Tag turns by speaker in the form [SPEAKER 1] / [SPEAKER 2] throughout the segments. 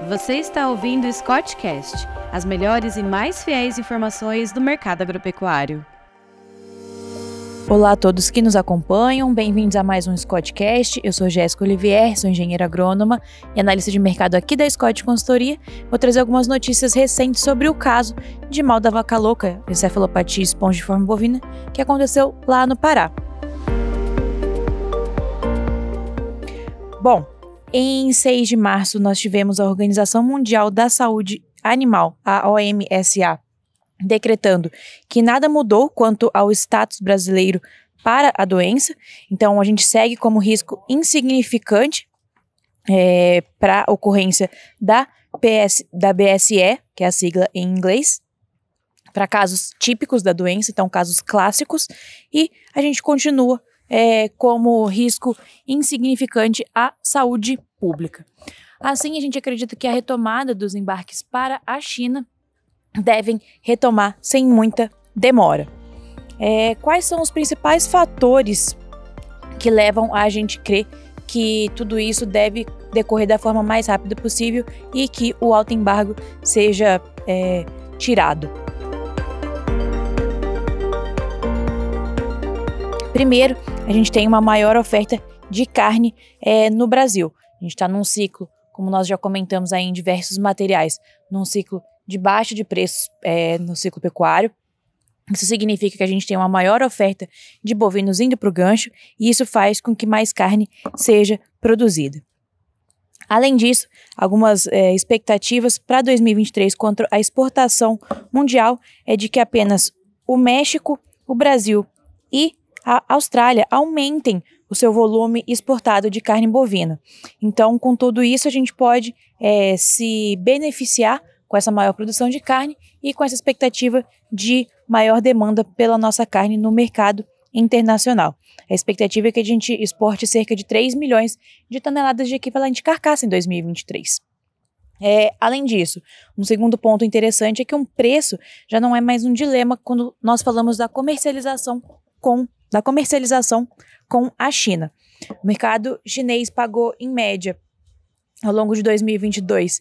[SPEAKER 1] Você está ouvindo o Scottcast, as melhores e mais fiéis informações do mercado agropecuário.
[SPEAKER 2] Olá a todos que nos acompanham, bem-vindos a mais um Scottcast. Eu sou Jéssica Olivier, sou engenheira agrônoma e analista de mercado aqui da Scott Consultoria. Vou trazer algumas notícias recentes sobre o caso de mal da vaca louca, encefalopatia espongiforme bovina, que aconteceu lá no Pará. Bom, em 6 de março nós tivemos a Organização Mundial da Saúde Animal, a OMSA, decretando que nada mudou quanto ao status brasileiro para a doença. Então, a gente segue como risco insignificante para a ocorrência da BSE, que é a sigla em inglês, para casos típicos da doença, então casos clássicos, e a gente continua como risco insignificante à saúde pública. Assim, a gente acredita que a retomada dos embarques para a China devem retomar sem muita demora. Quais são os principais fatores que levam a gente crer que tudo isso deve decorrer da forma mais rápida possível e que o alto embargo seja tirado? Primeiro, a gente tem uma maior oferta de carne no Brasil. A gente está num ciclo, como nós já comentamos aí em diversos materiais, num ciclo de baixa de preços no ciclo pecuário. Isso significa que a gente tem uma maior oferta de bovinos indo para o gancho e isso faz com que mais carne seja produzida. Além disso, algumas expectativas para 2023 quanto à exportação mundial é de que apenas o México, o Brasil e a Austrália aumentem o seu volume exportado de carne bovina. Então, com tudo isso, a gente pode se beneficiar com essa maior produção de carne e com essa expectativa de maior demanda pela nossa carne no mercado internacional. A expectativa é que a gente exporte cerca de 3 milhões de toneladas de equivalente carcaça em 2023. Além disso, um segundo ponto interessante é que um preço já não é mais um dilema quando nós falamos da comercialização com a China. O mercado chinês pagou, em média, ao longo de 2022,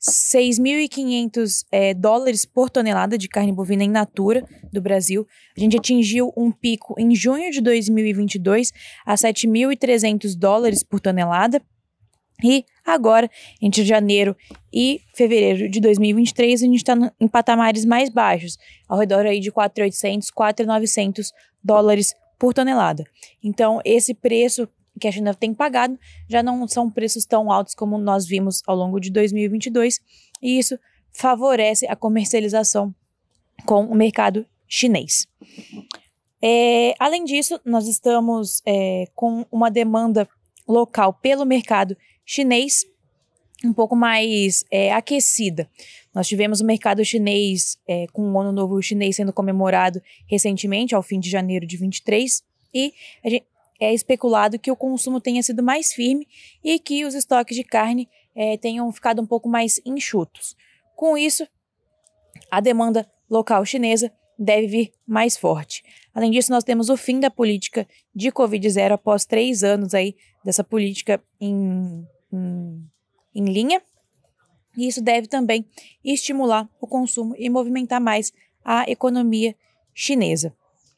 [SPEAKER 2] $6.500 por tonelada de carne bovina in natura do Brasil. A gente atingiu um pico em junho de 2022 a $7.300 por tonelada. E agora, entre janeiro e fevereiro de 2023, a gente está em patamares mais baixos, ao redor aí de $4.800, $4.900 por tonelada. Então, esse preço que a China tem pagado já não são preços tão altos como nós vimos ao longo de 2022, e isso favorece a comercialização com o mercado chinês. Além disso, nós estamos com uma demanda local pelo mercado chinês um pouco mais aquecida. Nós tivemos o mercado chinês com o Ano Novo Chinês sendo comemorado recentemente, ao fim de janeiro de 23, e é especulado que o consumo tenha sido mais firme e que os estoques de carne tenham ficado um pouco mais enxutos. Com isso, a demanda local chinesa deve vir mais forte. Além disso, nós temos o fim da política de Covid-0 após 3 anos aí dessa política em linha, e isso deve também estimular o consumo e movimentar mais a economia chinesa.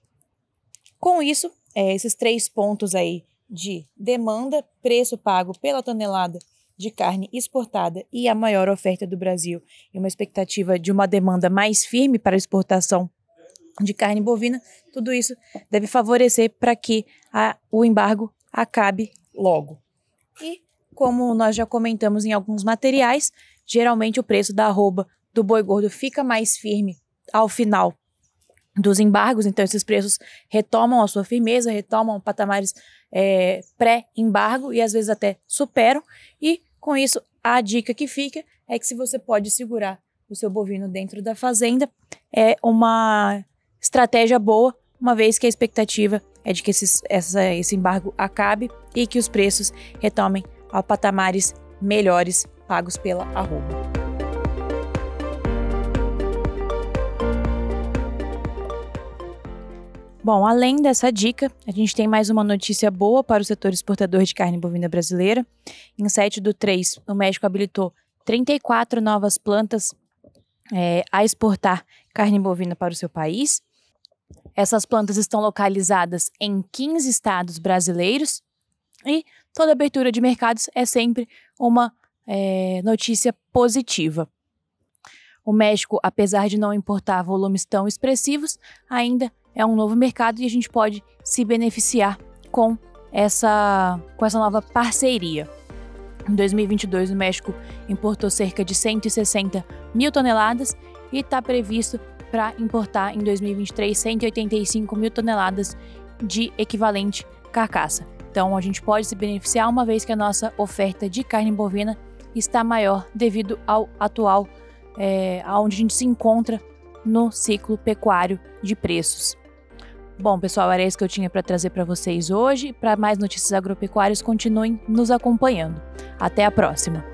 [SPEAKER 2] Com isso, esses 3 pontos aí de demanda, preço pago pela tonelada de carne exportada e a maior oferta do Brasil e uma expectativa de uma demanda mais firme para a exportação de carne bovina, tudo isso deve favorecer para que o embargo acabe logo. E como nós já comentamos em alguns materiais, geralmente o preço da arroba do boi gordo fica mais firme ao final dos embargos, então esses preços retomam a sua firmeza, retomam patamares pré-embargo e às vezes até superam, e com isso a dica que fica é que se você pode segurar o seu bovino dentro da fazenda, é uma estratégia boa, uma vez que a expectativa é de que esse embargo acabe e que os preços retomem a patamares melhores pagos pela arroba. Bom, além dessa dica, a gente tem mais uma notícia boa para o setor exportador de carne bovina brasileira. Em 7/3, o México habilitou 34 novas plantas a exportar carne bovina para o seu país. Essas plantas estão localizadas em 15 estados brasileiros e toda abertura de mercados é sempre uma notícia positiva. O México, apesar de não importar volumes tão expressivos, ainda é um novo mercado e a gente pode se beneficiar com essa nova parceria. Em 2022, o México importou cerca de 160 mil toneladas e está previsto para importar em 2023 185 mil toneladas de equivalente carcaça. Então, a gente pode se beneficiar uma vez que a nossa oferta de carne bovina está maior devido ao atual, onde a gente se encontra no ciclo pecuário de preços. Bom, pessoal, era isso que eu tinha para trazer para vocês hoje. Para mais notícias agropecuárias, continuem nos acompanhando. Até a próxima!